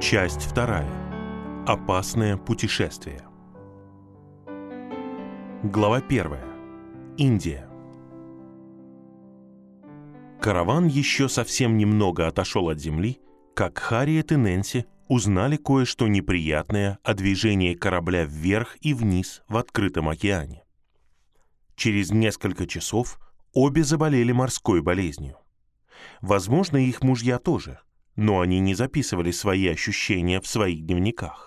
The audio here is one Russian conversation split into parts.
Часть 2. Опасное путешествие. Глава 1. Индия. Караван еще совсем немного отошел от земли, как Харриет и Нэнси узнали кое-что неприятное о движении корабля вверх и вниз в открытом океане. Через несколько часов обе заболели морской болезнью. Возможно, их мужья тоже, но они не записывали свои ощущения в своих дневниках.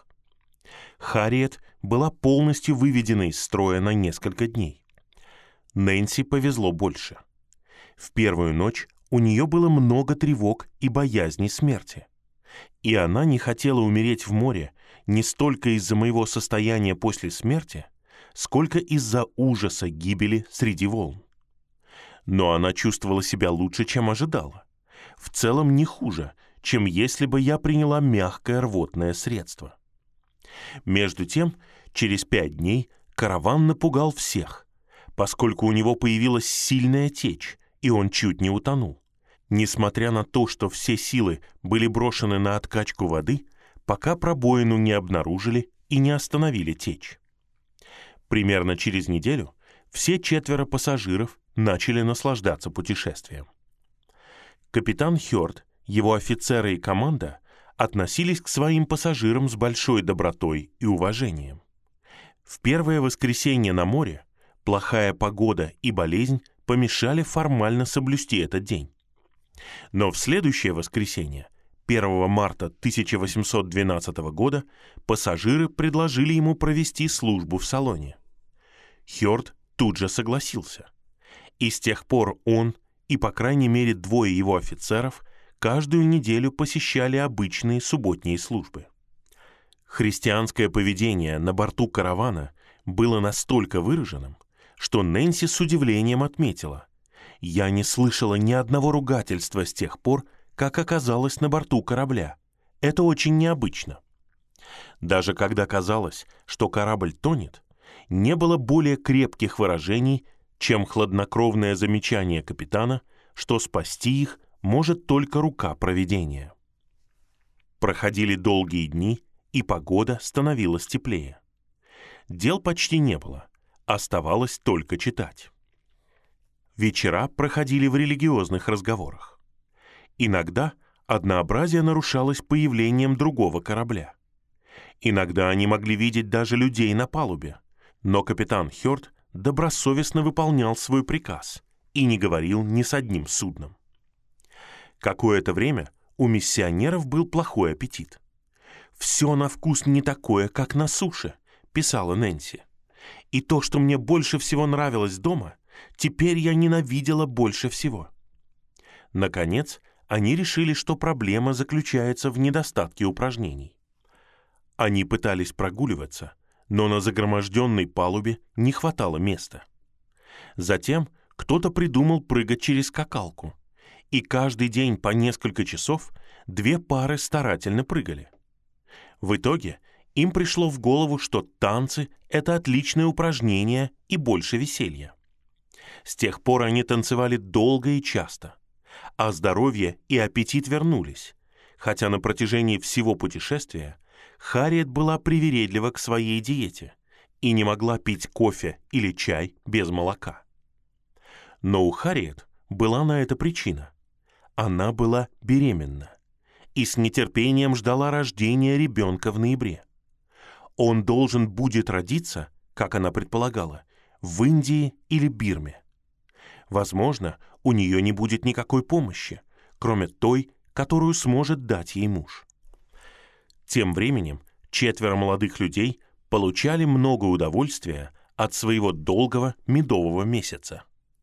Харриет была полностью выведена из строя на несколько дней. Нэнси повезло больше. В первую ночь у нее было много тревог и боязни смерти. И она не хотела умереть в море не столько из-за моего состояния после смерти, сколько из-за ужаса гибели среди волн. Но она чувствовала себя лучше, чем ожидала. В целом не хуже, чем если бы я приняла мягкое рвотное средство. Между тем, через 5 дней караван напугал всех, поскольку у него появилась сильная течь, и он чуть не утонул. Несмотря на то, что все силы были брошены на откачку воды, пока пробоину не обнаружили и не остановили течь. Примерно через неделю все 4 пассажиров начали наслаждаться путешествием. Капитан Хёрд, его офицеры и команда относились к своим пассажирам с большой добротой и уважением. В первое воскресенье на море плохая погода и болезнь помешали формально соблюсти этот день. Но в следующее воскресенье, 1 марта 1812 года, пассажиры предложили ему провести службу в салоне. Хёрд тут же согласился. И с тех пор он и, по крайней мере, 2 его офицеров каждую неделю посещали обычные субботние службы. Христианское поведение на борту каравана было настолько выраженным, что Нэнси с удивлением отметила: «Я не слышала ни одного ругательства с тех пор, как оказалась на борту корабля. Это очень необычно». Даже когда казалось, что корабль тонет, не было более крепких выражений, чем хладнокровное замечание капитана, что спасти их может только рука провидения. Проходили долгие дни, и погода становилась теплее. Дел почти не было, оставалось только читать. Вечера проходили в религиозных разговорах. Иногда однообразие нарушалось появлением другого корабля. Иногда они могли видеть даже людей на палубе, но капитан Хёрд добросовестно выполнял свой приказ и не говорил ни с одним судном. Какое-то время у миссионеров был плохой аппетит. «Все на вкус не такое, как на суше», — писала Нэнси. «И то, что мне больше всего нравилось дома, теперь я ненавидела больше всего». Наконец, они решили, что проблема заключается в недостатке упражнений. Они пытались прогуливаться, но на загроможденной палубе не хватало места. Затем кто-то придумал прыгать через скакалку, и каждый день по несколько часов 2 пары старательно прыгали. В итоге им пришло в голову, что танцы — это отличное упражнение и больше веселья. С тех пор они танцевали долго и часто, а здоровье и аппетит вернулись, хотя на протяжении всего путешествия Харриет была привередлива к своей диете и не могла пить кофе или чай без молока. Но у Харриет была на это причина. Она была беременна и с нетерпением ждала рождения ребенка в ноябре. Он должен будет родиться, как она предполагала, в Индии или Бирме. Возможно, у нее не будет никакой помощи, кроме той, которую сможет дать ей муж. Тем временем 4 молодых людей получали много удовольствия от своего долгого медового месяца.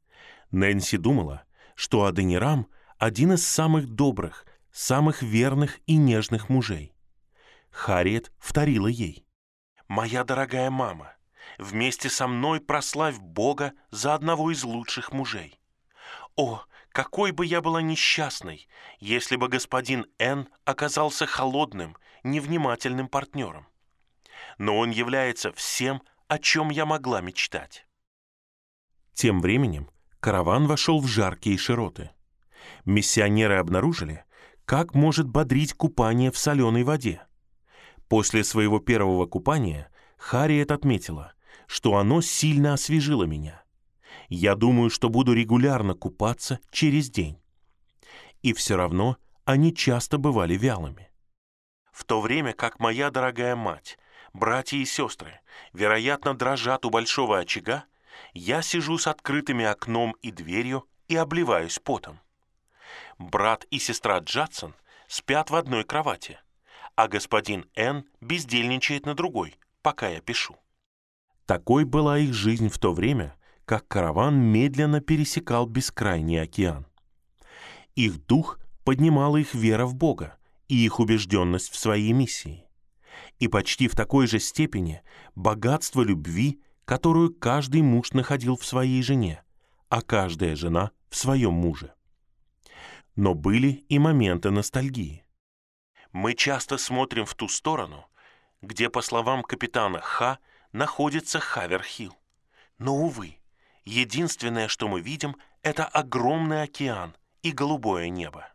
Нэнси думала, что Адонирам — один из самых добрых, самых верных и нежных мужей. Харриет вторила ей: «Моя дорогая мама, вместе со мной прославь Бога за одного из лучших мужей. О, какой бы я была несчастной, если бы господин Н. оказался холодным, невнимательным партнером. Но он является всем, о чем я могла мечтать». Тем временем караван вошел в жаркие широты. Миссионеры обнаружили, как может бодрить купание в соленой воде. После своего первого купания Харриет отметила, что оно сильно освежило меня. Я думаю, что буду регулярно купаться через день. И все равно они часто бывали вялыми. В то время как моя дорогая мать, братья и сестры, вероятно, дрожат у большого очага, я сижу с открытыми окном и дверью и обливаюсь потом. Брат и сестра Джадсон спят в одной кровати, а господин Н бездельничает на другой, пока я пишу. Такой была их жизнь в то время, как караван медленно пересекал бескрайний океан. Их дух поднимала их вера в Бога и их убежденность в своей миссии. И почти в такой же степени богатство любви, которую каждый муж находил в своей жене, а каждая жена в своем муже. Но были и моменты ностальгии. Мы часто смотрим в ту сторону, где, по словам капитана Ха, находится Хавер-Хилл. Но, увы, единственное, что мы видим, это огромный океан и голубое небо.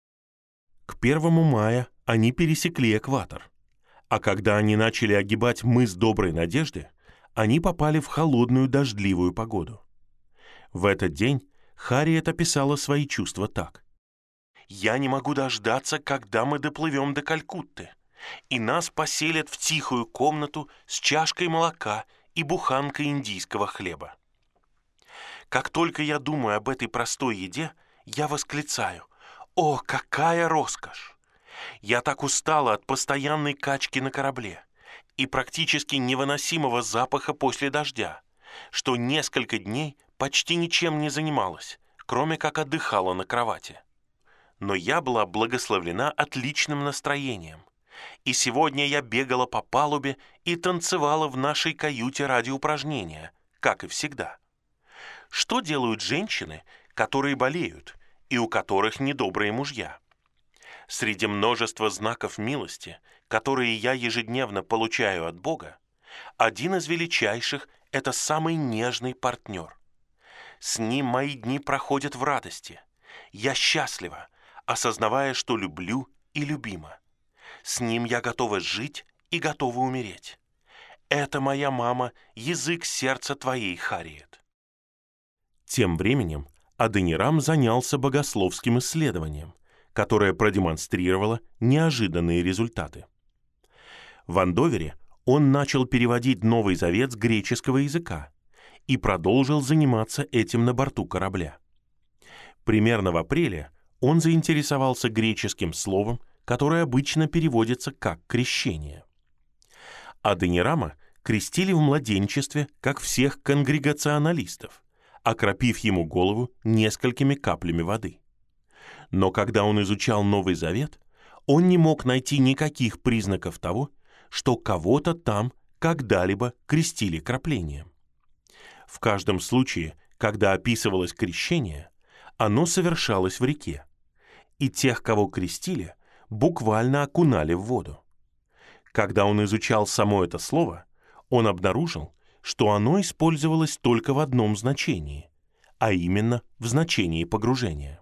К 1 мая они пересекли экватор, а когда они начали огибать мыс Доброй Надежды, они попали в холодную дождливую погоду. В этот день Харриет описала свои чувства так. «Я не могу дождаться, когда мы доплывем до Калькутты, и нас поселят в тихую комнату с чашкой молока и буханкой индийского хлеба. Как только я думаю об этой простой еде, я восклицаю: «О, какая роскошь!» Я так устала от постоянной качки на корабле и практически невыносимого запаха после дождя, что несколько дней почти ничем не занималась, кроме как отдыхала на кровати. Но я была благословлена отличным настроением, и сегодня я бегала по палубе и танцевала в нашей каюте ради упражнения, как и всегда. Что делают женщины, которые болеют и у которых недобрые мужья? Среди множества знаков милости, которые я ежедневно получаю от Бога, один из величайших – это самый нежный партнер. С ним мои дни проходят в радости. Я счастлива, осознавая, что люблю и любима. С ним я готова жить и готова умереть. Это моя мама, язык сердца твоей, Харриет. Тем временем Аденирам занялся богословским исследованием, которое продемонстрировало неожиданные результаты. В Андовере он начал переводить Новый Завет с греческого языка и продолжил заниматься этим на борту корабля. Примерно в апреле он заинтересовался греческим словом, которое обычно переводится как «крещение». Аденирама крестили в младенчестве, как всех конгрегационалистов, окропив ему голову несколькими каплями воды. Но когда он изучал Новый Завет, он не мог найти никаких признаков того, что кого-то там когда-либо крестили кроплением. В каждом случае, когда описывалось крещение, оно совершалось в реке, и тех, кого крестили, буквально окунали в воду. Когда он изучал само это слово, он обнаружил, что оно использовалось только в одном значении, а именно в значении погружения.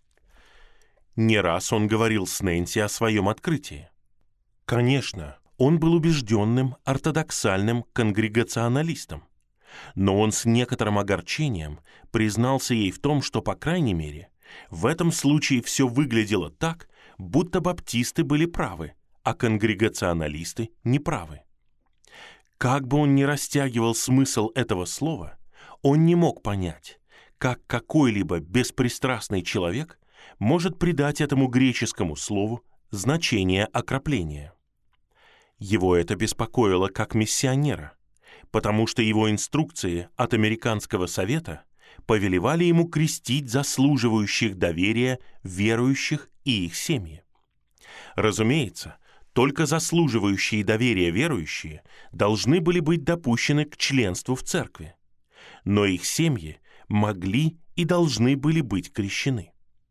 Не раз он говорил с Нэнси о своем открытии. Конечно, он был убежденным ортодоксальным конгрегационалистом, но он с некоторым огорчением признался ей в том, что, по крайней мере, в этом случае все выглядело так, будто баптисты были правы, а конгрегационалисты неправы. Как бы он ни растягивал смысл этого слова, он не мог понять, как какой-либо беспристрастный человек может придать этому греческому слову значение окропления. Его это беспокоило как миссионера, потому что его инструкции от Американского совета повелевали ему крестить заслуживающих доверия верующих и их семьи. Разумеется, только заслуживающие доверия верующие должны были быть допущены к членству в церкви, но их семьи могли и должны были быть крещены.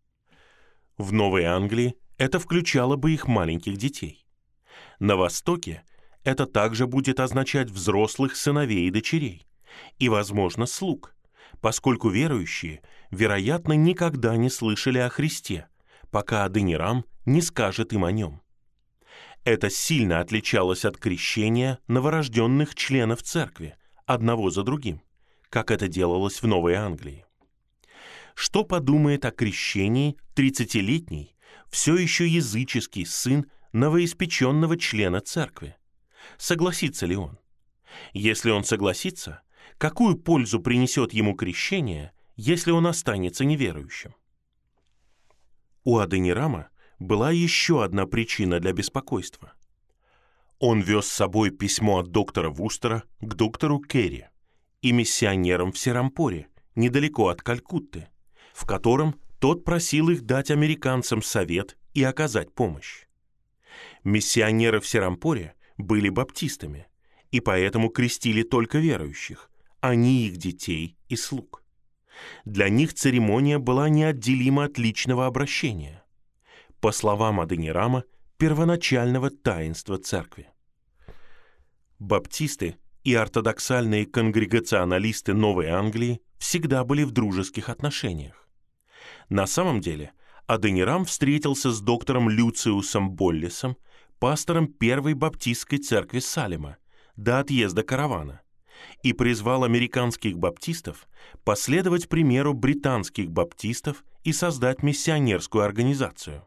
В Новой Англии это включало бы их маленьких детей. На Востоке это также будет означать взрослых сыновей и дочерей, и, возможно, слуг, поскольку верующие, вероятно, никогда не слышали о Христе, пока Аденирам не скажет им о нем. Это сильно отличалось от крещения новорожденных членов церкви, одного за другим, как это делалось в Новой Англии. Что подумает о крещении 30-летний, все еще языческий сын новоиспеченного члена церкви? Согласится ли он? Если он согласится, какую пользу принесет ему крещение, если он останется неверующим? У Адонирама была еще одна причина для беспокойства. Он вез с собой письмо от доктора Вустера к доктору Керри и миссионерам в Серампоре, недалеко от Калькутты, в котором тот просил их дать американцам совет и оказать помощь. Миссионеры в Серампоре были баптистами, и поэтому крестили только верующих, а не их детей и слуг. Для них церемония была неотделима от личного обращения, по словам Адонирама, первоначального таинства церкви. Баптисты и ортодоксальные конгрегационалисты Новой Англии всегда были в дружеских отношениях. На самом деле, Адонирам встретился с доктором Люциусом Боллисом, пастором Первой баптистской церкви Салема, до отъезда каравана, и призвал американских баптистов последовать примеру британских баптистов и создать миссионерскую организацию.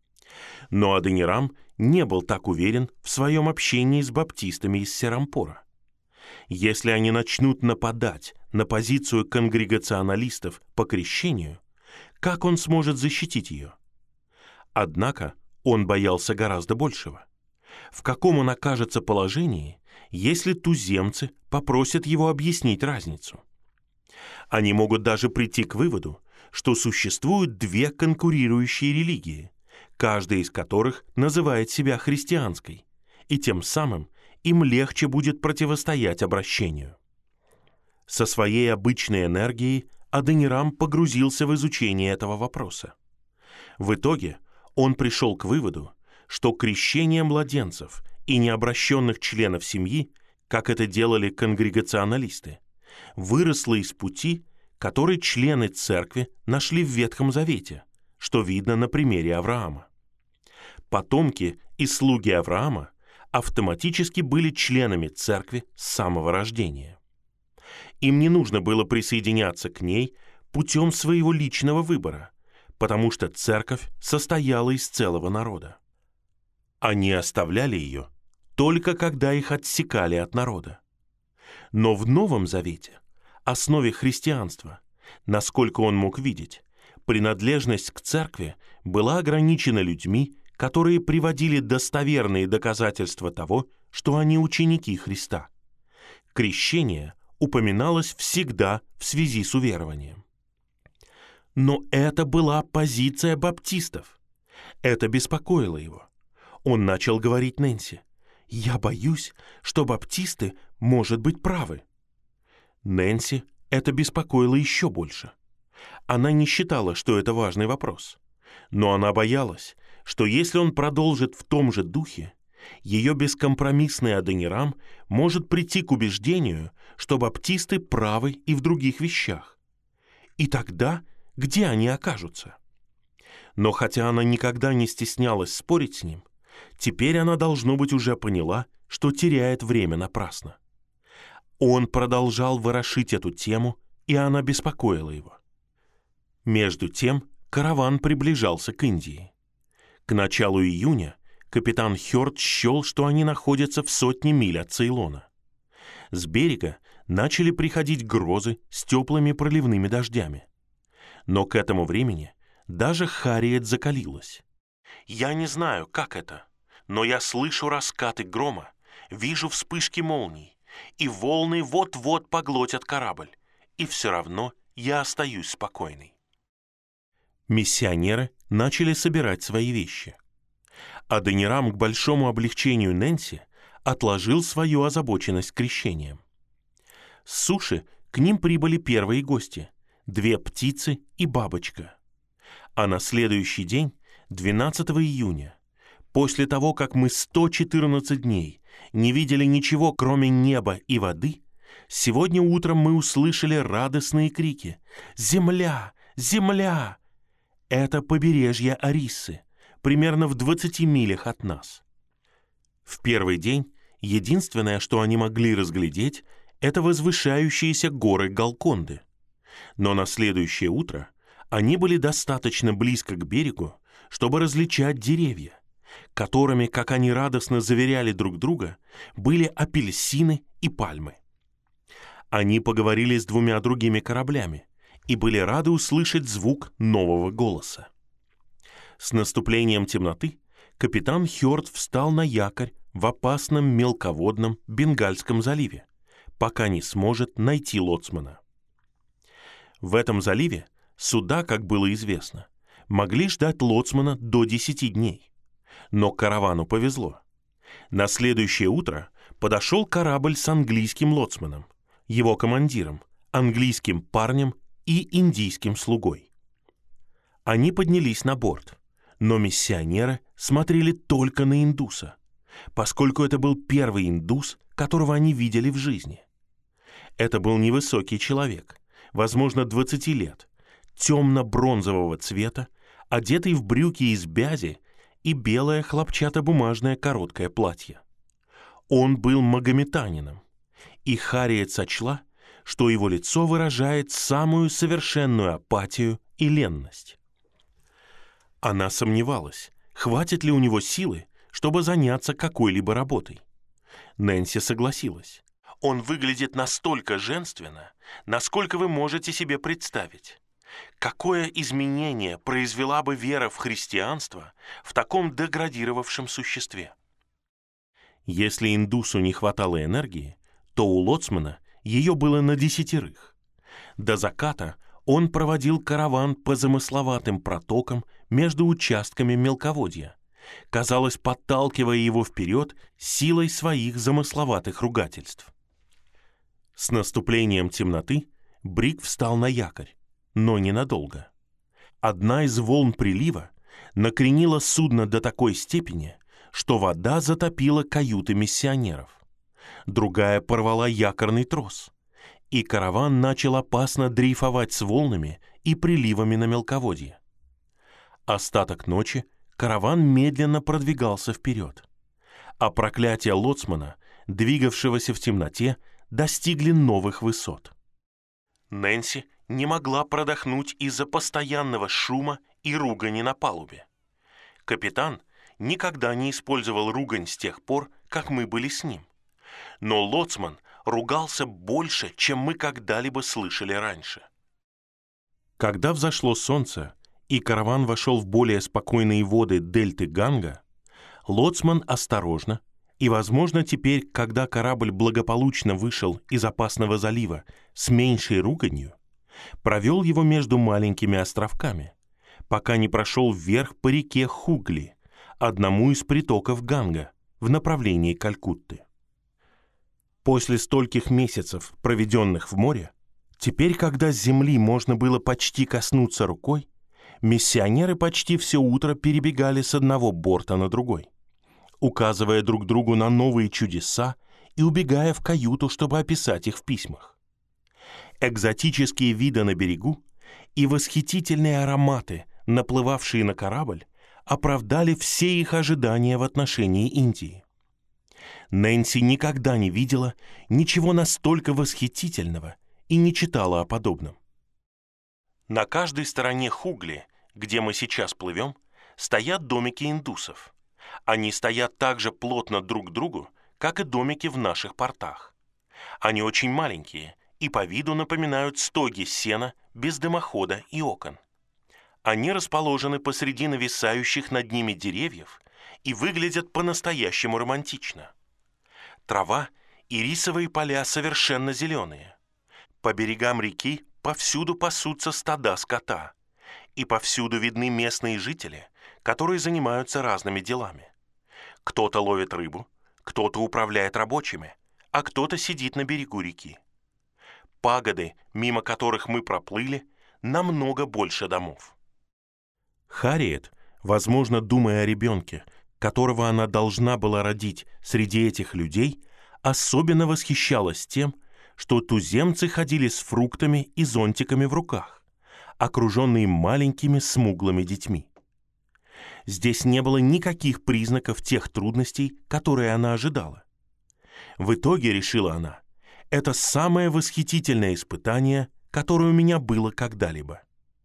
Но Адонирам не был так уверен в своем общении с баптистами из Серампора. Если они начнут нападать на позицию конгрегационалистов по крещению, как он сможет защитить ее? Однако он боялся гораздо большего. В каком он окажется положении, если туземцы попросят его объяснить разницу? Они могут даже прийти к выводу, что существуют две конкурирующие религии, каждая из которых называет себя христианской, и тем самым им легче будет противостоять обращению. Со своей обычной энергией Адонирам погрузился в изучение этого вопроса. В итоге он пришел к выводу, что крещение младенцев и необращенных членов семьи, как это делали конгрегационалисты, выросло из пути, который члены церкви нашли в Ветхом Завете, что видно на примере Авраама. Потомки и слуги Авраама автоматически были членами церкви с самого рождения. Им не нужно было присоединяться к ней путем своего личного выбора, потому что церковь состояла из целого народа. Они оставляли ее только когда их отсекали от народа. Но в Новом Завете, основе христианства, насколько он мог видеть, принадлежность к церкви была ограничена людьми, которые приводили достоверные доказательства того, что они ученики Христа. Крещение упоминалось всегда в связи с уверованием. Но это была позиция баптистов. Это беспокоило его. Он начал говорить Нэнси: «Я боюсь, что баптисты, может быть, правы». Нэнси это беспокоило еще больше. Она не считала, что это важный вопрос. Но она боялась, что если он продолжит в том же духе, ее бескомпромиссный Адонирам может прийти к убеждению, что баптисты правы и в других вещах. И тогда где они окажутся? Но хотя она никогда не стеснялась спорить с ним, теперь она, должно быть, уже поняла, что теряет время напрасно. Он продолжал ворошить эту тему, и она беспокоила его. Между тем караван приближался к Индии. К началу июня капитан Хёрд счел, что они находятся в 100 миль от Цейлона. С берега начали приходить грозы с теплыми проливными дождями. Но к этому времени даже Харриет закалилась. «Я не знаю, как это, но я слышу раскаты грома, вижу вспышки молний, и волны вот-вот поглотят корабль, и все равно я остаюсь спокойной». Миссионеры начали собирать свои вещи. Адонирам, к большому облегчению Нэнси, отложил свою озабоченность крещением. С суши к ним прибыли первые гости — 2 птицы и бабочка. А на следующий день, 12 июня, после того, как мы 114 дней не видели ничего, кроме неба и воды, сегодня утром мы услышали радостные крики: «Земля! Земля!» Это побережье Ариссы, примерно в 20 милях от нас. В первый день единственное, что они могли разглядеть, это возвышающиеся горы Галконды. Но на следующее утро они были достаточно близко к берегу, чтобы различать деревья, которыми, как они радостно заверяли друг друга, были апельсины и пальмы. Они поговорили с 2 другими кораблями и были рады услышать звук нового голоса. С наступлением темноты капитан Хёрд встал на якорь в опасном мелководном Бенгальском заливе, пока не сможет найти лоцмана. В этом заливе суда, как было известно, могли ждать лоцмана до 10 дней. Но каравану повезло. На следующее утро подошел корабль с английским лоцманом, его командиром, английским парнем и индийским слугой. Они поднялись на борт, но миссионеры смотрели только на индуса, поскольку это был первый индус, которого они видели в жизни. Это был невысокий человек, возможно, 20 лет, темно-бронзового цвета, одетый в брюки из бязи и белое хлопчатобумажное короткое платье. Он был магометанином, и Харриет сочла, что его лицо выражает самую совершенную апатию и ленность. Она сомневалась, хватит ли у него силы, чтобы заняться какой-либо работой. Нэнси согласилась. Он выглядит настолько женственно, насколько вы можете себе представить. Какое изменение произвела бы вера в христианство в таком деградировавшем существе? Если индусу не хватало энергии, то у лоцмана ее было на 10. До заката он проводил караван по замысловатым протокам между участками мелководья, казалось, подталкивая его вперед силой своих замысловатых ругательств. С наступлением темноты Бриг встал на якорь, но ненадолго. Одна из волн прилива накренила судно до такой степени, что вода затопила каюты миссионеров. Другая порвала якорный трос, и караван начал опасно дрейфовать с волнами и приливами на мелководье. Остаток ночи караван медленно продвигался вперед, а проклятия лоцмана, двигавшегося в темноте, достигли новых высот. Нэнси не могла продохнуть из-за постоянного шума и ругани на палубе. Капитан никогда не использовал ругань с тех пор, как мы были с ним. Но лоцман ругался больше, чем мы когда-либо слышали раньше. Когда взошло солнце, и караван вошел в более спокойные воды дельты Ганга, лоцман осторожно, и, возможно, теперь, когда корабль благополучно вышел из опасного залива с меньшей руганью, провел его между маленькими островками, пока не прошел вверх по реке Хугли, одному из притоков Ганга, в направлении Калькутты. После стольких месяцев, проведенных в море, теперь, когда с земли можно было почти коснуться рукой, миссионеры почти все утро перебегали с одного борта на другой, указывая друг другу на новые чудеса и убегая в каюту, чтобы описать их в письмах. Экзотические виды на берегу и восхитительные ароматы, наплывавшие на корабль, оправдали все их ожидания в отношении Индии. Нэнси никогда не видела ничего настолько восхитительного и не читала о подобном. На каждой стороне Хугли, где мы сейчас плывем, стоят домики индусов. Они стоят так же плотно друг к другу, как и домики в наших портах. Они очень маленькие и по виду напоминают стоги сена без дымохода и окон. Они расположены посреди нависающих над ними деревьев и выглядят по-настоящему романтично. Трава и рисовые поля совершенно зеленые. По берегам реки повсюду пасутся стада скота, и повсюду видны местные жители, которые занимаются разными делами. Кто-то ловит рыбу, кто-то управляет рабочими, а кто-то сидит на берегу реки. Пагоды, мимо которых мы проплыли, намного больше домов. Харриет, возможно, думая о ребенке, которого она должна была родить среди этих людей, особенно восхищалась тем, что туземцы ходили с фруктами и зонтиками в руках, окруженные маленькими смуглыми детьми. Здесь не было никаких признаков тех трудностей, которые она ожидала. В итоге, решила она, это самое восхитительное испытание, которое у меня было когда-либо.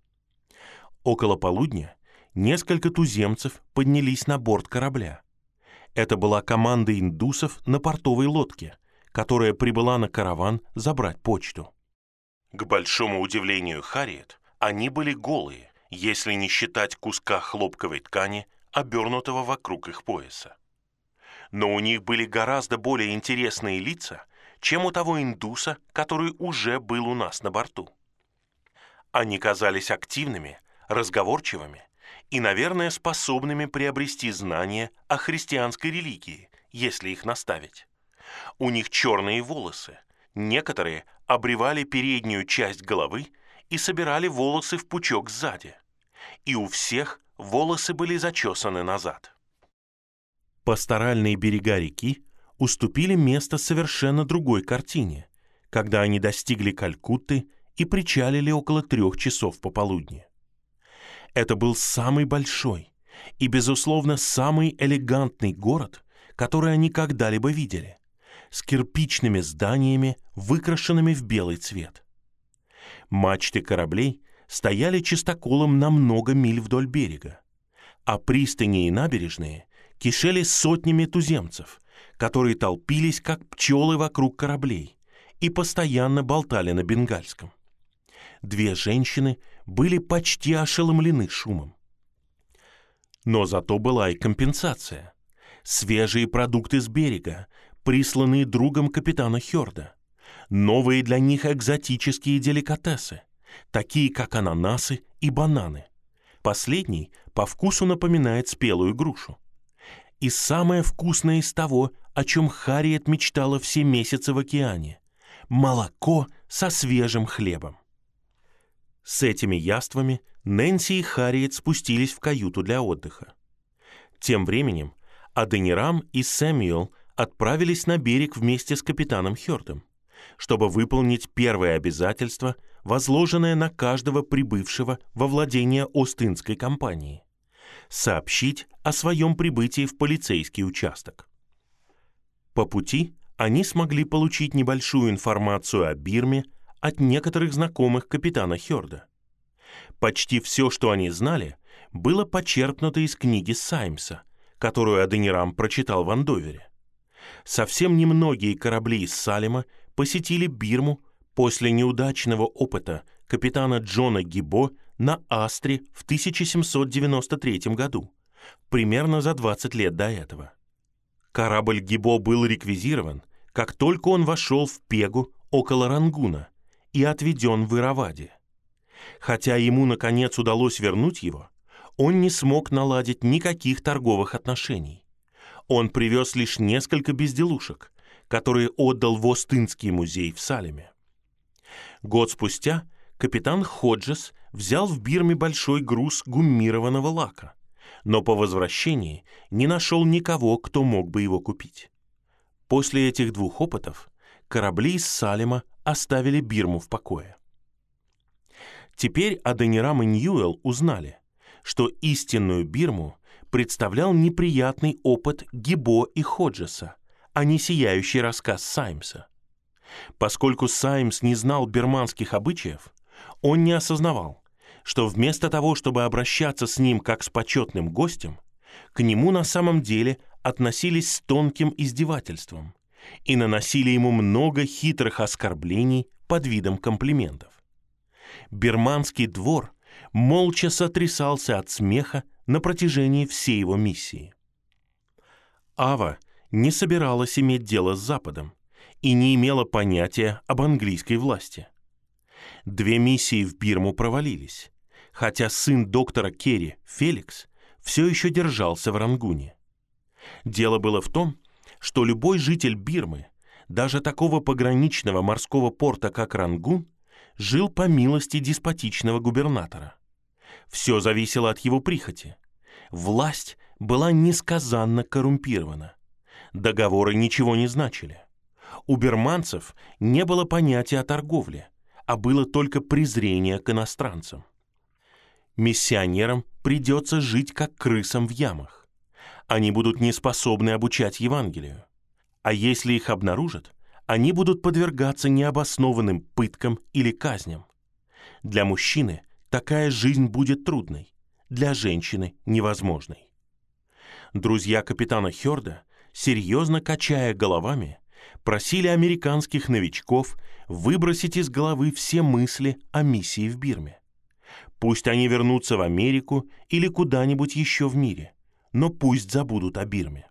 Около полудня несколько туземцев поднялись на борт корабля. Это была команда индусов на портовой лодке, которая прибыла на караван забрать почту. К большому удивлению Харриет, они были голые, если не считать куска хлопковой ткани, обернутого вокруг их пояса. Но у них были гораздо более интересные лица, чем у того индуса, который уже был у нас на борту. Они казались активными, разговорчивыми и, наверное, способными приобрести знания о христианской религии, если их наставить. У них черные волосы, некоторые обревали переднюю часть головы и собирали волосы в пучок сзади. И у всех волосы были зачесаны назад. Пасторальные берега реки уступили место совершенно другой картине, когда они достигли Калькутты и причалили около 3 часов пополудни. Это был самый большой и, безусловно, самый элегантный город, который они когда-либо видели, с кирпичными зданиями, выкрашенными в белый цвет. Мачты кораблей стояли чистоколом на много миль вдоль берега, а пристани и набережные кишели сотнями туземцев, которые толпились, как пчелы вокруг кораблей, и постоянно болтали на бенгальском. 2 женщины были почти ошеломлены шумом. Но зато была и компенсация. Свежие продукты с берега, присланные другом капитана Хёрда, новые для них экзотические деликатесы, такие как ананасы и бананы. Последний по вкусу напоминает спелую грушу. И самое вкусное из того, о чем Харриет мечтала все месяцы в океане – молоко со свежим хлебом. С этими яствами Нэнси и Харриет спустились в каюту для отдыха. Тем временем Аденирам и Сэмюэл отправились на берег вместе с капитаном Хёрдом, чтобы выполнить первое обязательство, возложенное на каждого прибывшего во владение Остинской компании – сообщить о своем прибытии в полицейский участок. По пути они смогли получить небольшую информацию о Бирме от некоторых знакомых капитана Хёрда. Почти все, что они знали, было почерпнуто из книги Саймса, которую Аденирам прочитал в Андовере. Совсем немногие корабли из Салема посетили Бирму после неудачного опыта капитана Джона Гибо на Астре в 1793 году, примерно за 20 лет до этого. Корабль Гибо был реквизирован, как только он вошел в Пегу около Рангуна и отведен в Иравади. Хотя ему, наконец, удалось вернуть его, он не смог наладить никаких торговых отношений. Он привез лишь несколько безделушек, которые отдал в Остинский музей в Салеме. Год спустя капитан Ходжес взял в Бирме большой груз гуммированного лака, но по возвращении не нашел никого, кто мог бы его купить. После этих 2 опытов корабли из Салема оставили Бирму в покое. Теперь Аденирам и Ньюэлл узнали, что истинную Бирму представлял неприятный опыт Гибо и Ходжеса, а не сияющий рассказ Саймса. Поскольку Саймс не знал бирманских обычаев, он не осознавал, что вместо того, чтобы обращаться с ним как с почетным гостем, к нему на самом деле относились с тонким издевательством и наносили ему много хитрых оскорблений под видом комплиментов. Бирманский двор молча сотрясался от смеха на протяжении всей его миссии. Ава не собиралась иметь дело с Западом и не имела понятия об английской власти. 2 миссии в Бирму провалились, хотя сын доктора Керри, Феликс, все еще держался в Рангуне. Дело было в том, что любой житель Бирмы, даже такого пограничного морского порта, как Рангун, жил по милости деспотичного губернатора. Все зависело от его прихоти. Власть была несказанно коррумпирована. Договоры ничего не значили. У бирманцев не было понятия о торговле, а было только презрение к иностранцам. Миссионерам придется жить как крысам в ямах. Они будут не способны обучать Евангелию. А если их обнаружат, они будут подвергаться необоснованным пыткам или казням. Для мужчины такая жизнь будет трудной, для женщины невозможной. Друзья капитана Хёрда, серьезно качая головами, просили американских новичков выбросить из головы все мысли о миссии в Бирме. Пусть они вернутся в Америку или куда-нибудь еще в мире, но пусть забудут о Бирме.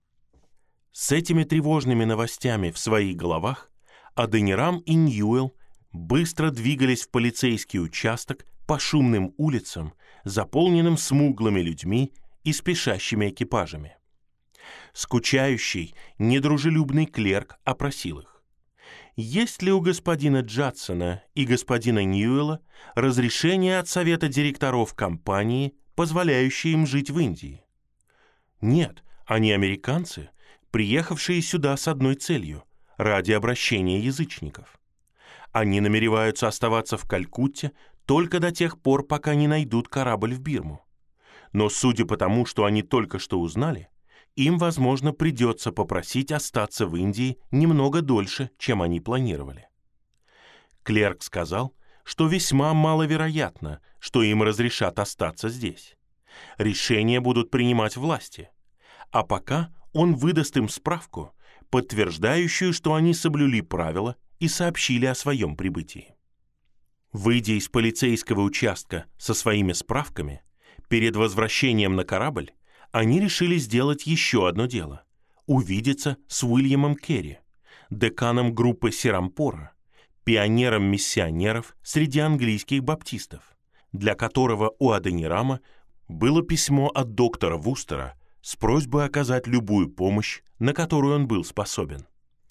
С этими тревожными новостями в своих головах Аденирам и Ньюэлл быстро двигались в полицейский участок по шумным улицам, заполненным смуглыми людьми и спешащими экипажами. Скучающий, недружелюбный клерк опросил их. Есть ли у господина Джадсона и господина Ньюэлла разрешение от совета директоров компании, позволяющее им жить в Индии? Нет, они американцы, приехавшие сюда с одной целью – ради обращения язычников. Они намереваются оставаться в Калькутте только до тех пор, пока не найдут корабль в Бирму. Но судя по тому, что они только что узнали, им, возможно, придется попросить остаться в Индии немного дольше, чем они планировали. Клерк сказал, что весьма маловероятно, что им разрешат остаться здесь. Решения будут принимать власти, а пока он выдаст им справку, подтверждающую, что они соблюли правила и сообщили о своем прибытии. Выйдя из полицейского участка со своими справками, перед возвращением на корабль они решили сделать еще одно дело – увидеться с Уильямом Керри, деканом группы Серампора, пионером миссионеров среди английских баптистов, для которого у Аденирама было письмо от доктора Вустера с просьбой оказать любую помощь, на которую он был способен.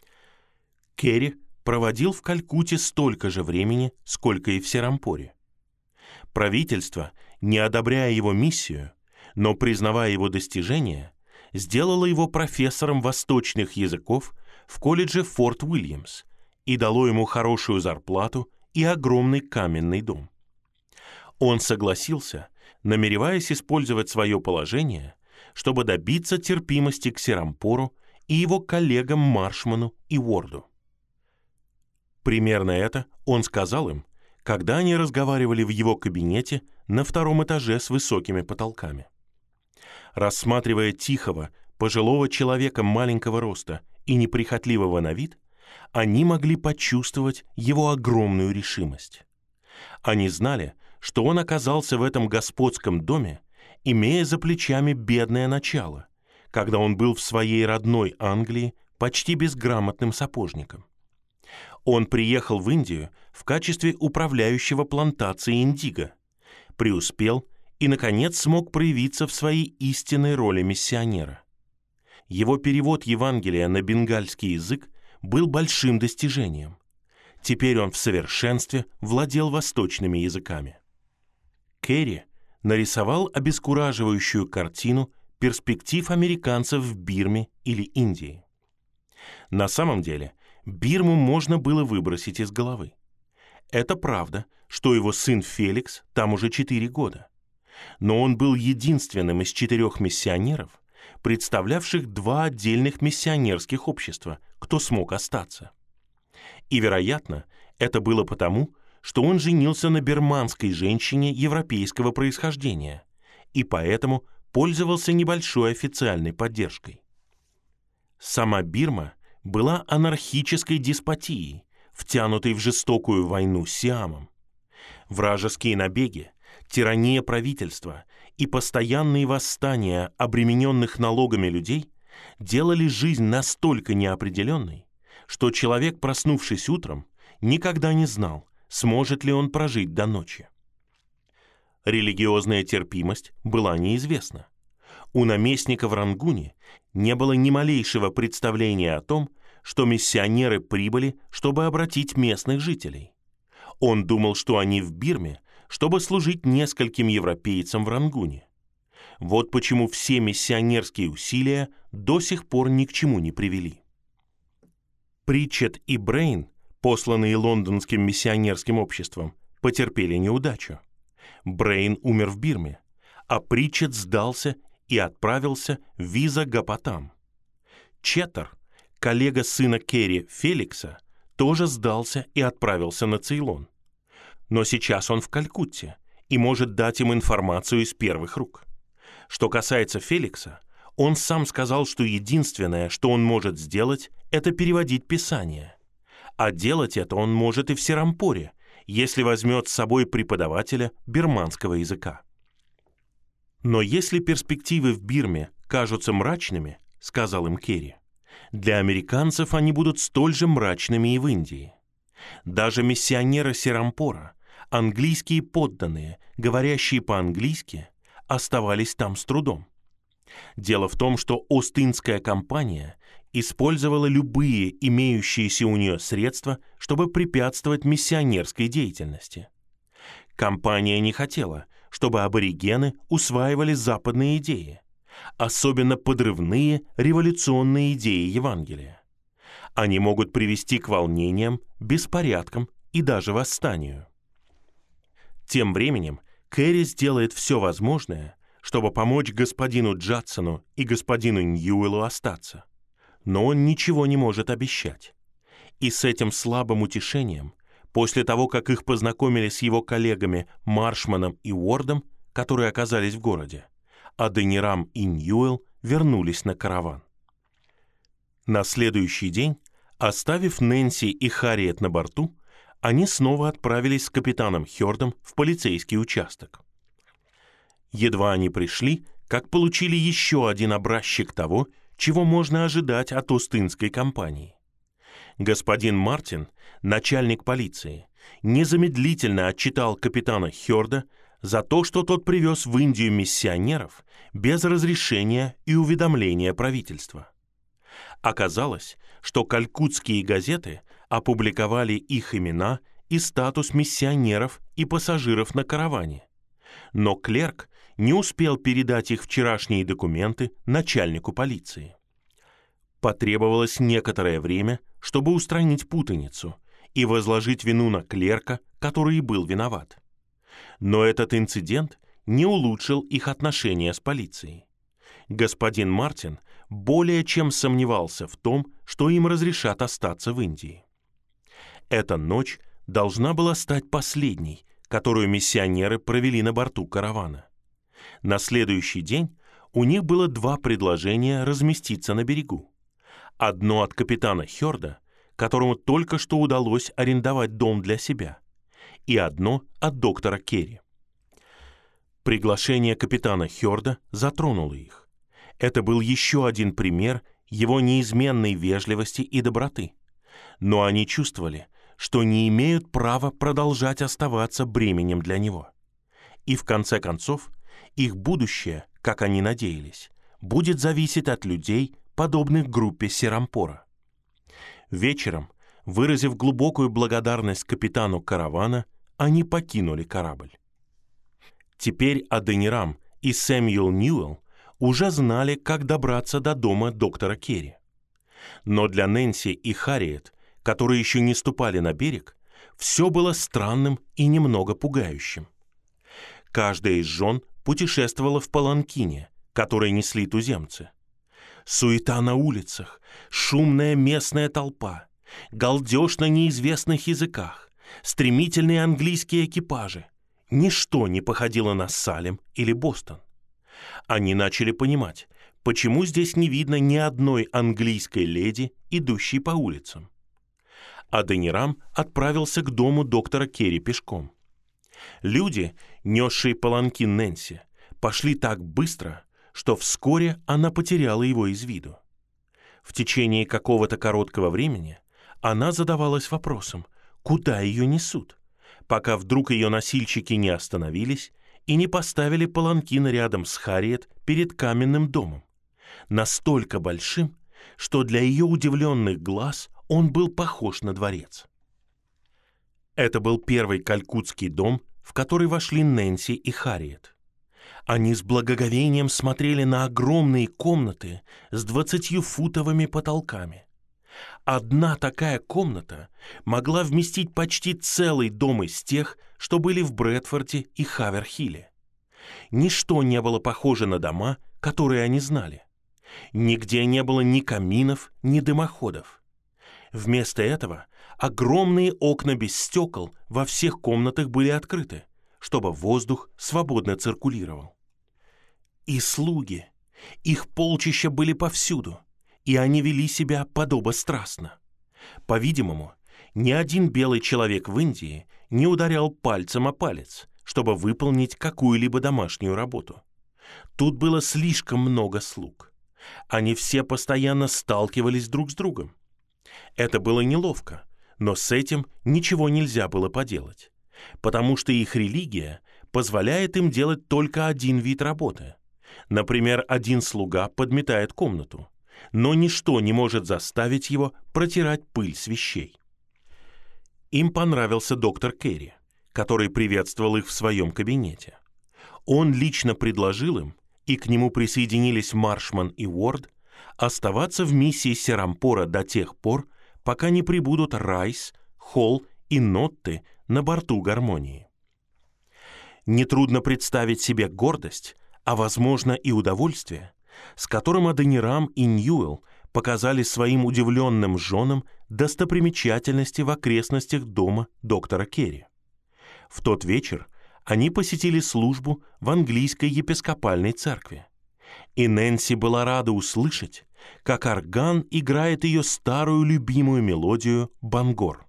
Керри проводил в Калькутте столько же времени, сколько и в Серампоре. Правительство, не одобряя его миссию, но признавая его достижения, сделало его профессором восточных языков в колледже Форт Уильямс и дало ему хорошую зарплату и огромный каменный дом. Он согласился, намереваясь использовать свое положение, чтобы добиться терпимости к Серампору и его коллегам Маршману и Уорду. Примерно это он сказал им, когда они разговаривали в его кабинете на втором этаже с высокими потолками. Рассматривая тихого, пожилого человека маленького роста и неприхотливого на вид, они могли почувствовать его огромную решимость. Они знали, что он оказался в этом господском доме, имея за плечами бедное начало, когда он был в своей родной Англии почти безграмотным сапожником. Он приехал в Индию в качестве управляющего плантацией индиго, преуспел и, наконец, смог проявиться в своей истинной роли миссионера. Его перевод Евангелия на бенгальский язык был большим достижением. Теперь он в совершенстве владел восточными языками. Керри нарисовал обескураживающую картину перспектив американцев в Бирме или Индии. На самом деле, Бирму можно было выбросить из головы. Это правда, что его сын Феликс там уже 4 года. Но он был единственным из 4 миссионеров, представлявших 2 отдельных миссионерских общества, кто смог остаться. И, вероятно, это было потому, что он женился на бирманской женщине европейского происхождения и поэтому пользовался небольшой официальной поддержкой. Сама Бирма была анархической деспотией, втянутой в жестокую войну с Сиамом. Вражеские набеги, тирания правительства и постоянные восстания обремененных налогами людей делали жизнь настолько неопределенной, что человек, проснувшись утром, никогда не знал, сможет ли он прожить до ночи. Религиозная терпимость была неизвестна. У наместника в Рангуне не было ни малейшего представления о том, что миссионеры прибыли, чтобы обратить местных жителей. Он думал, что они в Бирме, чтобы служить нескольким европейцам в Рангуне. Вот почему все миссионерские усилия до сих пор ни к чему не привели. Притчет и Брейн, посланные лондонским миссионерским обществом, потерпели неудачу. Брейн умер в Бирме, а Притчет сдался и отправился в Визагапатам. Четтер, коллега сына Керри Феликса, тоже сдался и отправился на Цейлон. Но сейчас он в Калькутте и может дать им информацию из первых рук. Что касается Феликса, он сам сказал, что единственное, что он может сделать, это переводить Писание. А делать это он может и в Серампоре, если возьмет с собой преподавателя бирманского языка. «Но если перспективы в Бирме кажутся мрачными, — сказал им Керри, — для американцев они будут столь же мрачными и в Индии. Даже миссионеры Серампора, английские подданные, говорящие по-английски, оставались там с трудом. Дело в том, что Ост-Индская компания использовала любые имеющиеся у нее средства, чтобы препятствовать миссионерской деятельности. Компания не хотела, чтобы аборигены усваивали западные идеи, особенно подрывные революционные идеи Евангелия. Они могут привести к волнениям, беспорядкам и даже восстанию. Тем временем Керри сделает все возможное, чтобы помочь господину Джадсону и господину Ньюэллу остаться. Но он ничего не может обещать. И с этим слабым утешением, после того, как их познакомили с его коллегами Маршманом и Уордом, которые оказались в городе, Аденирам и Ньюэлл вернулись на караван. На следующий день, оставив Нэнси и Харриет на борту, они снова отправились с капитаном Хёрдом в полицейский участок. Едва они пришли, как получили еще один образчик того, чего можно ожидать от Ост-Индской компании. Господин Мартин, начальник полиции, незамедлительно отчитал капитана Хёрда за то, что тот привез в Индию миссионеров без разрешения и уведомления правительства. Оказалось, что калькуттские газеты опубликовали их имена и статус миссионеров и пассажиров на караване, но клерк не успел передать их вчерашние документы начальнику полиции. Потребовалось некоторое время, чтобы устранить путаницу и возложить вину на клерка, который и был виноват. Но этот инцидент не улучшил их отношения с полицией. Господин Мартин более чем сомневался в том, что им разрешат остаться в Индии. Эта ночь должна была стать последней, которую миссионеры провели на борту каравана. На следующий день у них было два предложения разместиться на берегу. Одно от капитана Хёрда, которому только что удалось арендовать дом для себя, и одно от доктора Керри. Приглашение капитана Хёрда затронуло их. Это был еще один пример его неизменной вежливости и доброты. Но они чувствовали, что не имеют права продолжать оставаться бременем для него. И в конце концов, их будущее, как они надеялись, будет зависеть от людей, подобных группе Серампора. Вечером, выразив глубокую благодарность капитану каравана, они покинули корабль. Теперь Аденирам и Сэмюэл Ньюэлл уже знали, как добраться до дома доктора Керри. Но для Нэнси и Харриет, которые еще не ступали на берег, все было странным и немного пугающим. Каждая из жен путешествовала в паланкине, который несли туземцы. Суета на улицах, шумная местная толпа, галдеж на неизвестных языках, стремительные английские экипажи — ничто не походило на Салем или Бостон. Они начали понимать, почему здесь не видно ни одной английской леди, идущей по улицам. Аденирам отправился к дому доктора Керри пешком. Люди, несшие паланкин Нэнси, пошли так быстро, что вскоре она потеряла его из виду. В течение какого-то короткого времени она задавалась вопросом, куда ее несут, пока вдруг ее носильщики не остановились и не поставили паланкин рядом с Харриет перед каменным домом, настолько большим, что для ее удивленных глаз он был похож на дворец. Это был первый калькуттский дом, в который вошли Нэнси и Харриет. Они с благоговением смотрели на огромные комнаты с 20-футовыми потолками. Одна такая комната могла вместить почти целый дом из тех, что были в Брэдфорде и Хаверхилле. Ничто не было похоже на дома, которые они знали. Нигде не было ни каминов, ни дымоходов. Вместо этого огромные окна без стекол во всех комнатах были открыты, чтобы воздух свободно циркулировал. И слуги, их полчища были повсюду, и они вели себя подобострастно. По-видимому, ни один белый человек в Индии не ударял пальцем о палец, чтобы выполнить какую-либо домашнюю работу. Тут было слишком много слуг. Они все постоянно сталкивались друг с другом. Это было неловко, но с этим ничего нельзя было поделать, потому что их религия позволяет им делать только один вид работы. Например, один слуга подметает комнату, но ничто не может заставить его протирать пыль с вещей. Им понравился доктор Керри, который приветствовал их в своем кабинете. Он лично предложил им, и к нему присоединились Маршман и Уорд, оставаться в миссии Серампора до тех пор, пока не прибудут Райс, Холл и Нотты на борту Гармонии. Нетрудно представить себе гордость, а, возможно, и удовольствие, с которым Аденирам и Ньюэлл показали своим удивленным женам достопримечательности в окрестностях дома доктора Керри. В тот вечер они посетили службу в английской епископальной церкви, и Нэнси была рада услышать, как орган играет ее старую любимую мелодию «Бангор».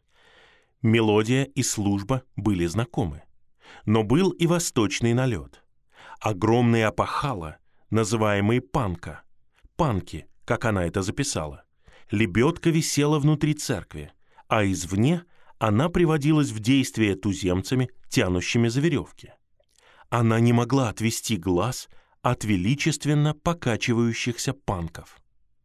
Мелодия и служба были знакомы, но был и восточный налет. Огромные опахала, называемые панка, панки, как она это записала, лебедка висела внутри церкви, а извне она приводилась в действие туземцами, тянущими за веревки. Она не могла отвести глаз от величественно покачивающихся панков.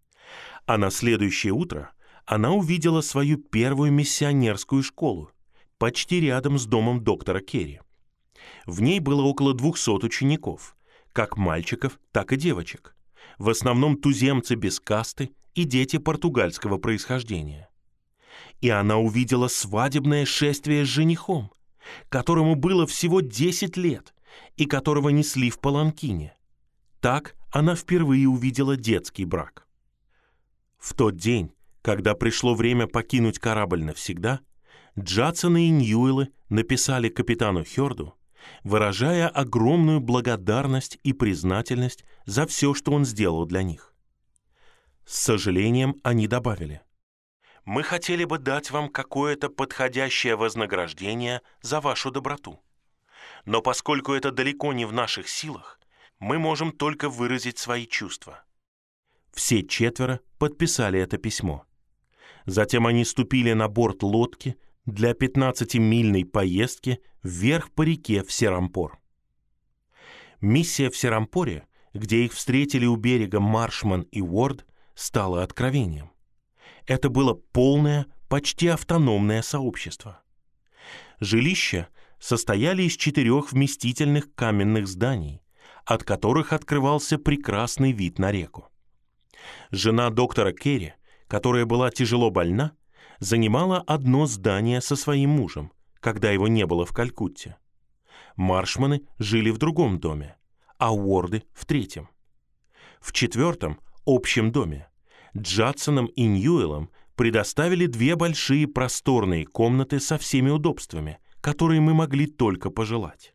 А на следующее утро она увидела свою первую миссионерскую школу, почти рядом с домом доктора Керри. В ней было около 200 учеников, как мальчиков, так и девочек, в основном туземцы без касты и дети португальского происхождения. И она увидела свадебное шествие с женихом, которому было всего 10 лет и которого несли в паланкине. Так она впервые увидела детский брак. В тот день, когда пришло время покинуть корабль навсегда, Джадсоны и Ньюэллы написали капитану Хёрду, выражая огромную благодарность и признательность за все, что он сделал для них. С сожалением они добавили: «Мы хотели бы дать вам какое-то подходящее вознаграждение за вашу доброту. Но поскольку это далеко не в наших силах, мы можем только выразить свои чувства». Все четверо подписали это письмо. Затем они ступили на борт лодки для 15-мильной поездки вверх по реке в Серампор. Миссия в Серампоре, где их встретили у берега Маршман и Уорд, стала откровением. Это было полное, почти автономное сообщество. Жилища состояли из 4 вместительных каменных зданий, от которых открывался прекрасный вид на реку. Жена доктора Керри, которая была тяжело больна, занимала одно здание со своим мужем, когда его не было в Калькутте. Маршманы жили в другом доме, а Уорды — в 3-м. В 4-м, общем доме, Джадсонам и Ньюэллам предоставили 2 большие просторные комнаты со всеми удобствами, которые мы могли только пожелать.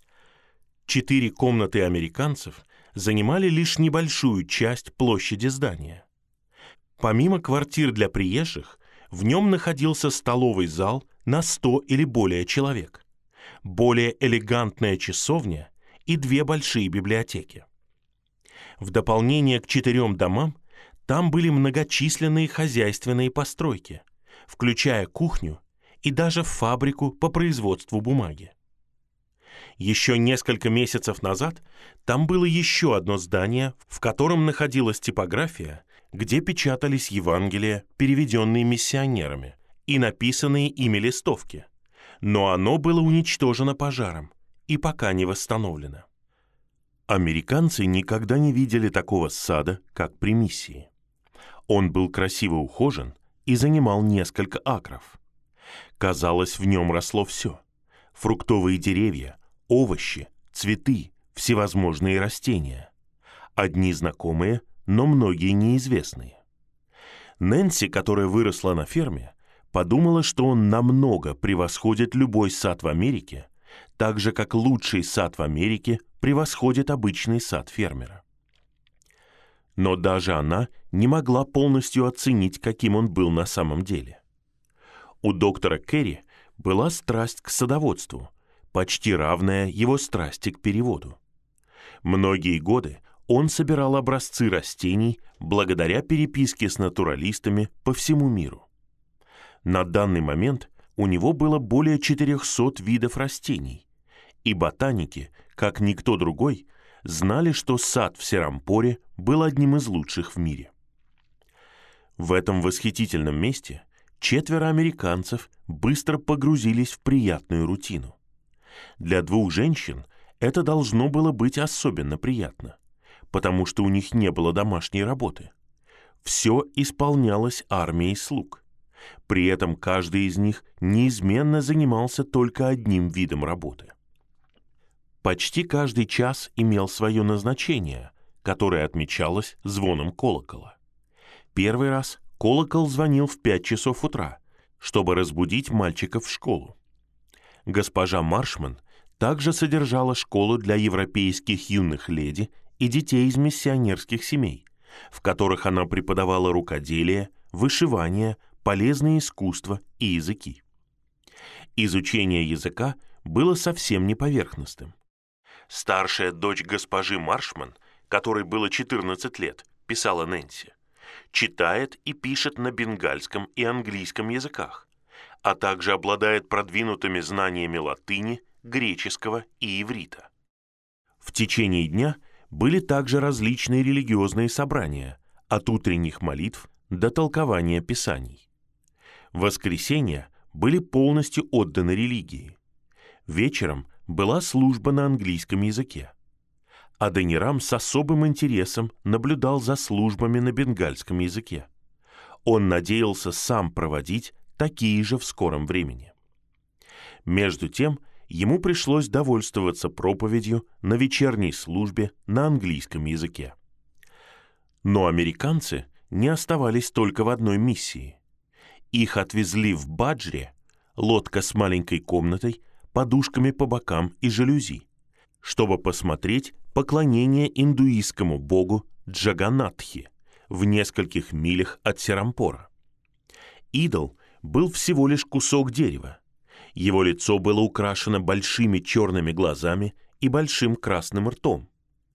4 комнаты американцев занимали лишь небольшую часть площади здания. Помимо квартир для приезжих, в нем находился столовый зал на 100 или более человек, более элегантная часовня и 2 большие библиотеки. В дополнение к 4 домам, там были многочисленные хозяйственные постройки, включая кухню и даже фабрику по производству бумаги. Еще несколько месяцев назад там было еще одно здание, в котором находилась типография, где печатались Евангелия, переведенные миссионерами, и написанные ими листовки, но оно было уничтожено пожаром и пока не восстановлено. Американцы никогда не видели такого сада, как при миссии. Он был красиво ухожен и занимал несколько акров. Казалось, в нем росло все: фруктовые деревья, овощи, цветы, всевозможные растения. Одни знакомые, но многие неизвестные. Нэнси, которая выросла на ферме, подумала, что он намного превосходит любой сад в Америке, так же, как лучший сад в Америке превосходит обычный сад фермера. Но даже она не могла полностью оценить, каким он был на самом деле. У доктора Керри была страсть к садоводству, почти равная его страсти к переводу. Многие годы он собирал образцы растений благодаря переписке с натуралистами по всему миру. На данный момент у него было более 400 видов растений, и ботаники, как никто другой, знали, что сад в Серампоре был одним из лучших в мире. В этом восхитительном месте 4 американцев быстро погрузились в приятную рутину. Для 2 женщин это должно было быть особенно приятно, потому что у них не было домашней работы. Все исполнялось армией слуг. При этом каждый из них неизменно занимался только одним видом работы. Почти каждый час имел свое назначение, которое отмечалось звоном колокола. Первый раз колокол звонил в 5 часов утра, чтобы разбудить мальчиков в школу. Госпожа Маршман также содержала школу для европейских юных леди и детей из миссионерских семей, в которых она преподавала рукоделие, вышивание, полезные искусства и языки. Изучение языка было совсем не поверхностным. Старшая дочь госпожи Маршман, которой было 14 лет, писала Нэнси, читает и пишет на бенгальском и английском языках, а также обладает продвинутыми знаниями латыни, греческого и иврита. В течение дня были также различные религиозные собрания, от утренних молитв до толкования писаний. Воскресенья были полностью отданы религии. Вечером была служба на английском языке. Адонирам с особым интересом наблюдал за службами на бенгальском языке. Он надеялся сам проводить такие же в скором времени. Между тем, ему пришлось довольствоваться проповедью на вечерней службе на английском языке. Но американцы не оставались только в одной миссии. Их отвезли в Баджре, лодка с маленькой комнатой, подушками по бокам и жалюзи, чтобы посмотреть поклонение индуистскому богу Джаганатхи в нескольких милях от Серампора. Идол был всего лишь кусок дерева. Его лицо было украшено большими черными глазами и большим красным ртом.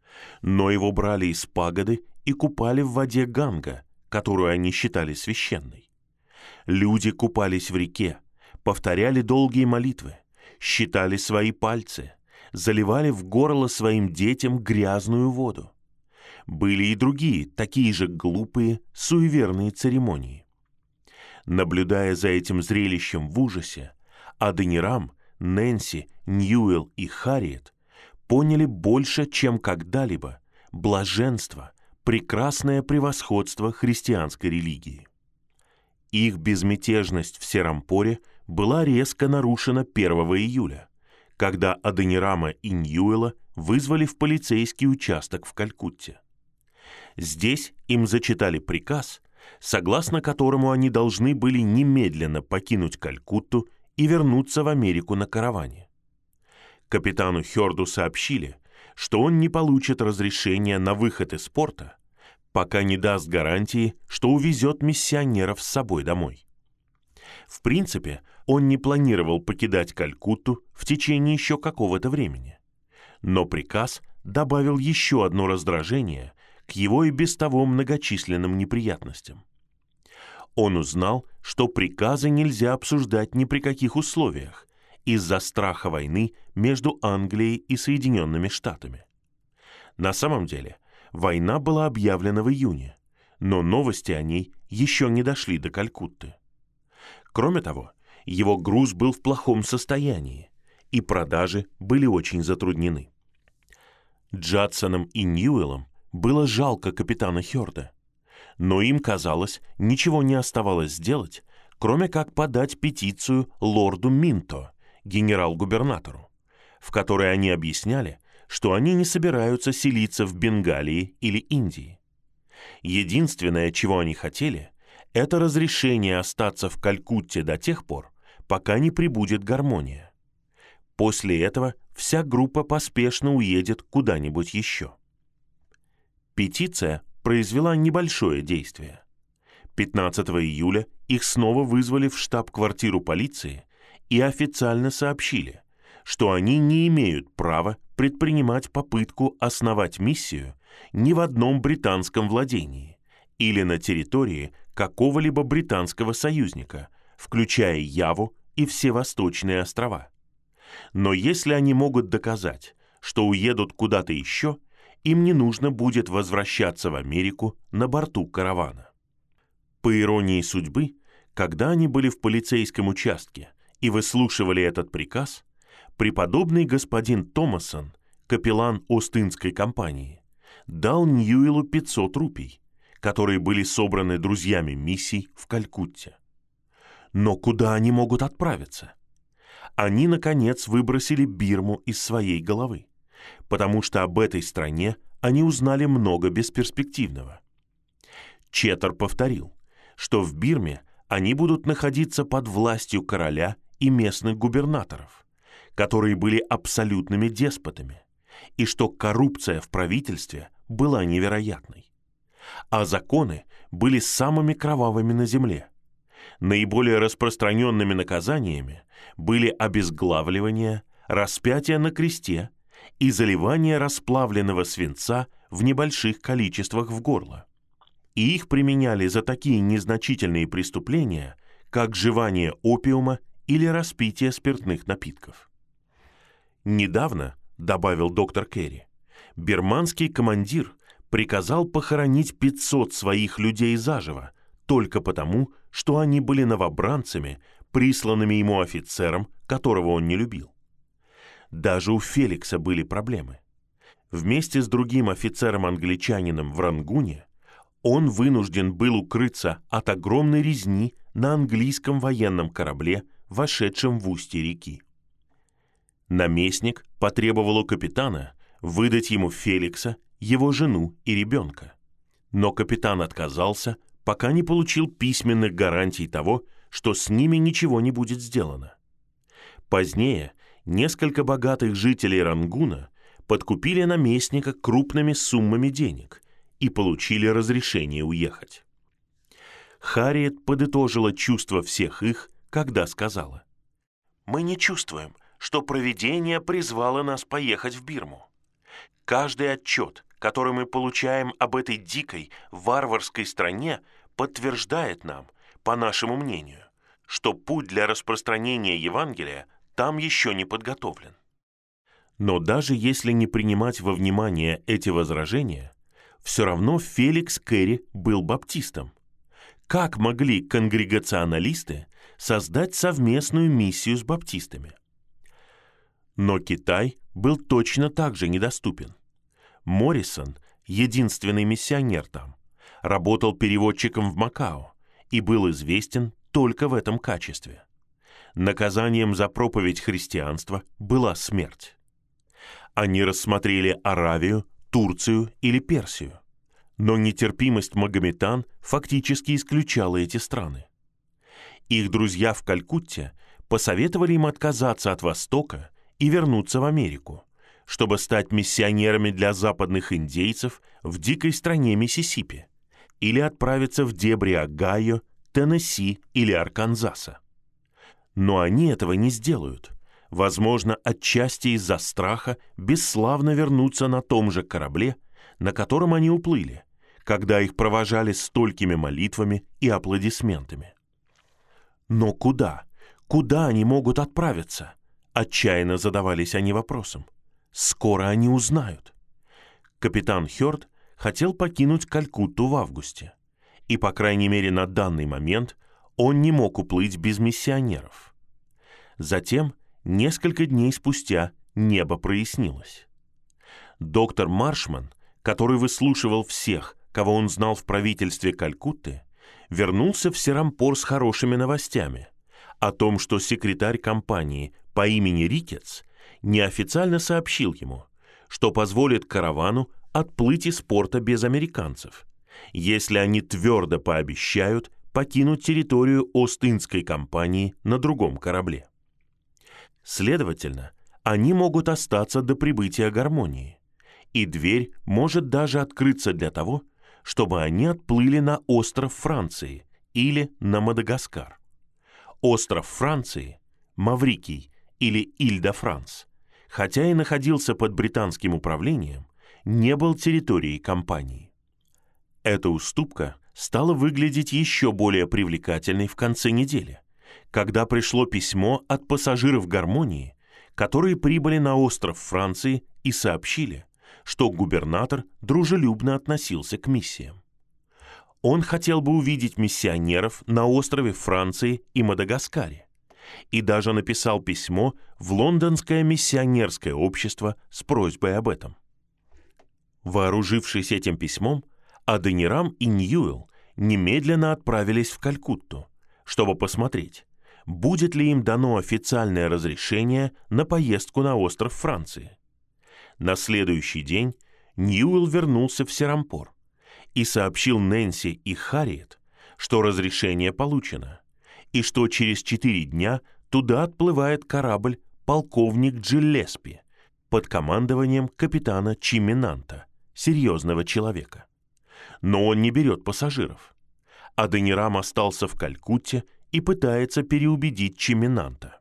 Но его брали из пагоды и купали в воде Ганга, которую они считали священной. Люди купались в реке, повторяли долгие молитвы, считали свои пальцы, заливали в горло своим детям грязную воду. Были и другие, такие же глупые, суеверные церемонии. Наблюдая за этим зрелищем в ужасе, Адонирам, Нэнси, Ньюэлл и Харриет поняли больше, чем когда-либо, блаженство, прекрасное превосходство христианской религии. Их безмятежность в Серампоре была резко нарушена 1 июля, когда Адонирама и Ньюэлла вызвали в полицейский участок в Калькутте. Здесь им зачитали приказ, согласно которому они должны были немедленно покинуть Калькутту и вернуться в Америку на караване. Капитану Хёрду сообщили, что он не получит разрешения на выход из порта, пока не даст гарантии, что увезет миссионеров с собой домой. В принципе, он не планировал покидать Калькутту в течение еще какого-то времени. Но приказ добавил еще одно раздражение к его и без того многочисленным неприятностям. Он узнал, что приказы нельзя обсуждать ни при каких условиях из-за страха войны между Англией и Соединенными Штатами. На самом деле, война была объявлена в июне, но новости о ней еще не дошли до Калькутты. Кроме того, его груз был в плохом состоянии, и продажи были очень затруднены. Джадсонам и Ньюэллам было жалко капитана Хёрда, но им, казалось, ничего не оставалось сделать, кроме как подать петицию лорду Минто, генерал-губернатору, в которой они объясняли, что они не собираются селиться в Бенгалии или Индии. Единственное, чего они хотели, это разрешение остаться в Калькутте до тех пор, пока не прибудет гармония. После этого вся группа поспешно уедет куда-нибудь еще. Петиция произвела небольшое действие. 15 июля их снова вызвали в штаб-квартиру полиции и официально сообщили, что они не имеют права предпринимать попытку основать миссию ни в одном британском владении или на территории какого-либо британского союзника, включая Яву и все Восточные острова. Но если они могут доказать, что уедут куда-то еще, им не нужно будет возвращаться в Америку на борту каравана. По иронии судьбы, когда они были в полицейском участке и выслушивали этот приказ, преподобный господин Томасон, капеллан Остинской компании, дал Ньюэлу 500 рупий, которые были собраны друзьями миссий в Калькутте. Но куда они могут отправиться? Они, наконец, выбросили Бирму из своей головы, потому что об этой стране они узнали много бесперспективного. Четтер повторил, что в Бирме они будут находиться под властью короля и местных губернаторов, которые были абсолютными деспотами, и что коррупция в правительстве была невероятной. А законы были самыми кровавыми на земле. Наиболее распространенными наказаниями были обезглавливание, распятие на кресте и заливание расплавленного свинца в небольших количествах в горло. И их применяли за такие незначительные преступления, как жевание опиума или распитие спиртных напитков. Недавно, добавил доктор Керри, бирманский командир приказал похоронить 500 своих людей заживо, только потому, что они были новобранцами, присланными ему офицером, которого он не любил. Даже у Феликса были проблемы. Вместе с другим офицером-англичанином в Рангуне он вынужден был укрыться от огромной резни на английском военном корабле, вошедшем в устье реки. Наместник потребовал у капитана выдать ему Феликса, его жену и ребенка. Но капитан отказался, пока не получил письменных гарантий того, что с ними ничего не будет сделано. Позднее несколько богатых жителей Рангуна подкупили наместника крупными суммами денег и получили разрешение уехать. Харриет подытожила чувства всех их, когда сказала: «Мы не чувствуем, что провидение призвало нас поехать в Бирму. Каждый отчет, который мы получаем об этой дикой, варварской стране, подтверждает нам, по нашему мнению, что путь для распространения Евангелия там еще не подготовлен». Но даже если не принимать во внимание эти возражения, все равно Феликс Керри был баптистом. Как могли конгрегационалисты создать совместную миссию с баптистами? Но Китай был точно так же недоступен. Моррисон, единственный миссионер там, работал переводчиком в Макао и был известен только в этом качестве. Наказанием за проповедь христианства была смерть. Они рассмотрели Аравию, Турцию или Персию, но нетерпимость магометан фактически исключала эти страны. Их друзья в Калькутте посоветовали им отказаться от Востока и вернуться в Америку, чтобы стать миссионерами для западных индейцев в дикой стране Миссисипи или отправиться в дебри Огайо, Теннесси или Арканзаса. Но они этого не сделают, возможно, отчасти из-за страха бесславно вернуться на том же корабле, на котором они уплыли, когда их провожали столькими молитвами и аплодисментами. Но куда? Куда они могут отправиться? Отчаянно задавались они вопросом. Скоро они узнают. Капитан Хёрд хотел покинуть Калькутту в августе, и, по крайней мере, на данный момент он не мог уплыть без миссионеров. Затем, несколько дней спустя, небо прояснилось. Доктор Маршман, который выслушивал всех, кого он знал в правительстве Калькутты, вернулся в Серампор с хорошими новостями о том, что секретарь компании по имени Рикетс неофициально сообщил ему, что позволит каравану отплыть из порта без американцев, если они твердо пообещают покинуть территорию Ост-Индской компании на другом корабле. Следовательно, они могут остаться до прибытия Гармонии, и дверь может даже открыться для того, чтобы они отплыли на остров Франции или на Мадагаскар. Остров Франции, Маврикий или Иль-де-Франс, хотя и находился под британским управлением, не был территорией компании. Эта уступка стала выглядеть еще более привлекательной в конце недели, когда пришло письмо от пассажиров Гармонии, которые прибыли на остров Франции и сообщили, что губернатор дружелюбно относился к миссиям. Он хотел бы увидеть миссионеров на острове Франции и Мадагаскаре, и даже написал письмо в Лондонское миссионерское общество с просьбой об этом. Вооружившись этим письмом, Аденирам и Ньюэлл немедленно отправились в Калькутту, чтобы посмотреть, будет ли им дано официальное разрешение на поездку на остров Франции. На следующий день Ньюэлл вернулся в Серампор и сообщил Нэнси и Харриет, что разрешение получено, и что через 4 дня туда отплывает корабль «Полковник Джиллеспи» под командованием капитана Чиминанта, серьезного человека. Но он не берет пассажиров. Аденирам остался в Калькутте и пытается переубедить Чиминанта.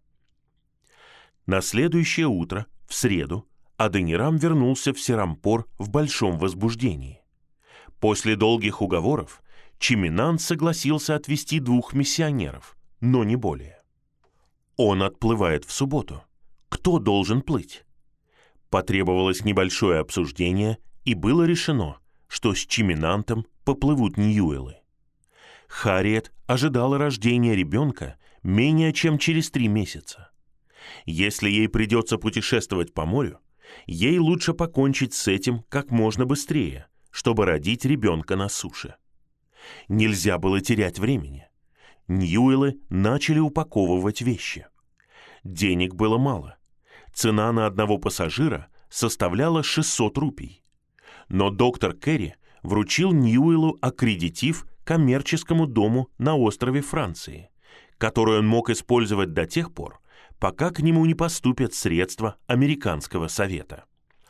На следующее утро, в среду, Аденирам вернулся в Серампор в большом возбуждении. После долгих уговоров Чиминант согласился отвезти 2 миссионеров, но не более. Он отплывает в субботу. Кто должен плыть? Потребовалось небольшое обсуждение, и было решено, что с Чиминантом поплывут Ньюэллы. Харриет ожидала рождения ребенка менее чем через 3 месяца. Если ей придется путешествовать по морю, ей лучше покончить с этим как можно быстрее, чтобы родить ребенка на суше. Нельзя было терять времени. Ньюэллы начали упаковывать вещи. Денег было мало. Цена на одного пассажира составляла 600 рупий. Но доктор Керри вручил Ньюэллу аккредитив коммерческому дому на острове Франции, который он мог использовать до тех пор, пока к нему не поступят средства Американского совета.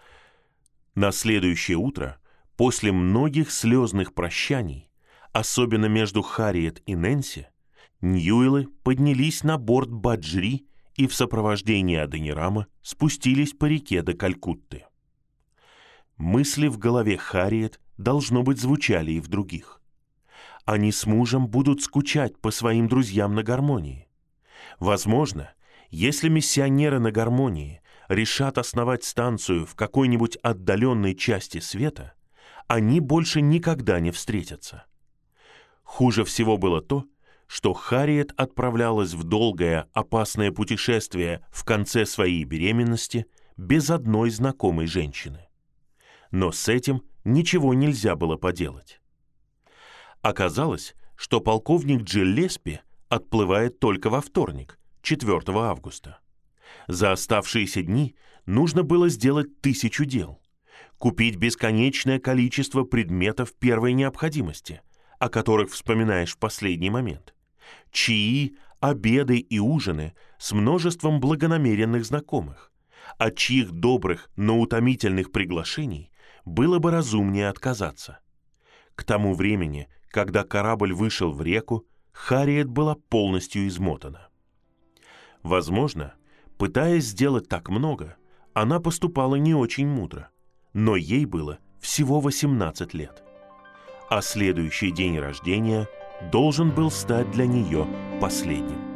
На следующее утро, после многих слезных прощаний, особенно между Харриет и Нэнси, Ньюэллы поднялись на борт Баджри и в сопровождении Аденирама спустились по реке до Калькутты. Мысли в голове Харриет, должно быть, звучали и в других. Они с мужем будут скучать по своим друзьям на Гармонии. Возможно, если миссионеры на Гармонии решат основать станцию в какой-нибудь отдаленной части света, они больше никогда не встретятся. Хуже всего было то, что Харриет отправлялась в долгое, опасное путешествие в конце своей беременности без одной знакомой женщины. Но с этим ничего нельзя было поделать. Оказалось, что полковник Джиллеспи отплывает только во вторник, 4 августа. За оставшиеся дни нужно было сделать 1000 дел, купить бесконечное количество предметов первой необходимости, о которых вспоминаешь в последний момент, чаи, обеды и ужины с множеством благонамеренных знакомых, от чьих добрых, но утомительных приглашений было бы разумнее отказаться. К тому времени, когда корабль вышел в реку, Харриет была полностью измотана. Возможно, пытаясь сделать так много, она поступала не очень мудро, но ей было всего 18 лет. А следующий день рождения должен был стать для нее последним.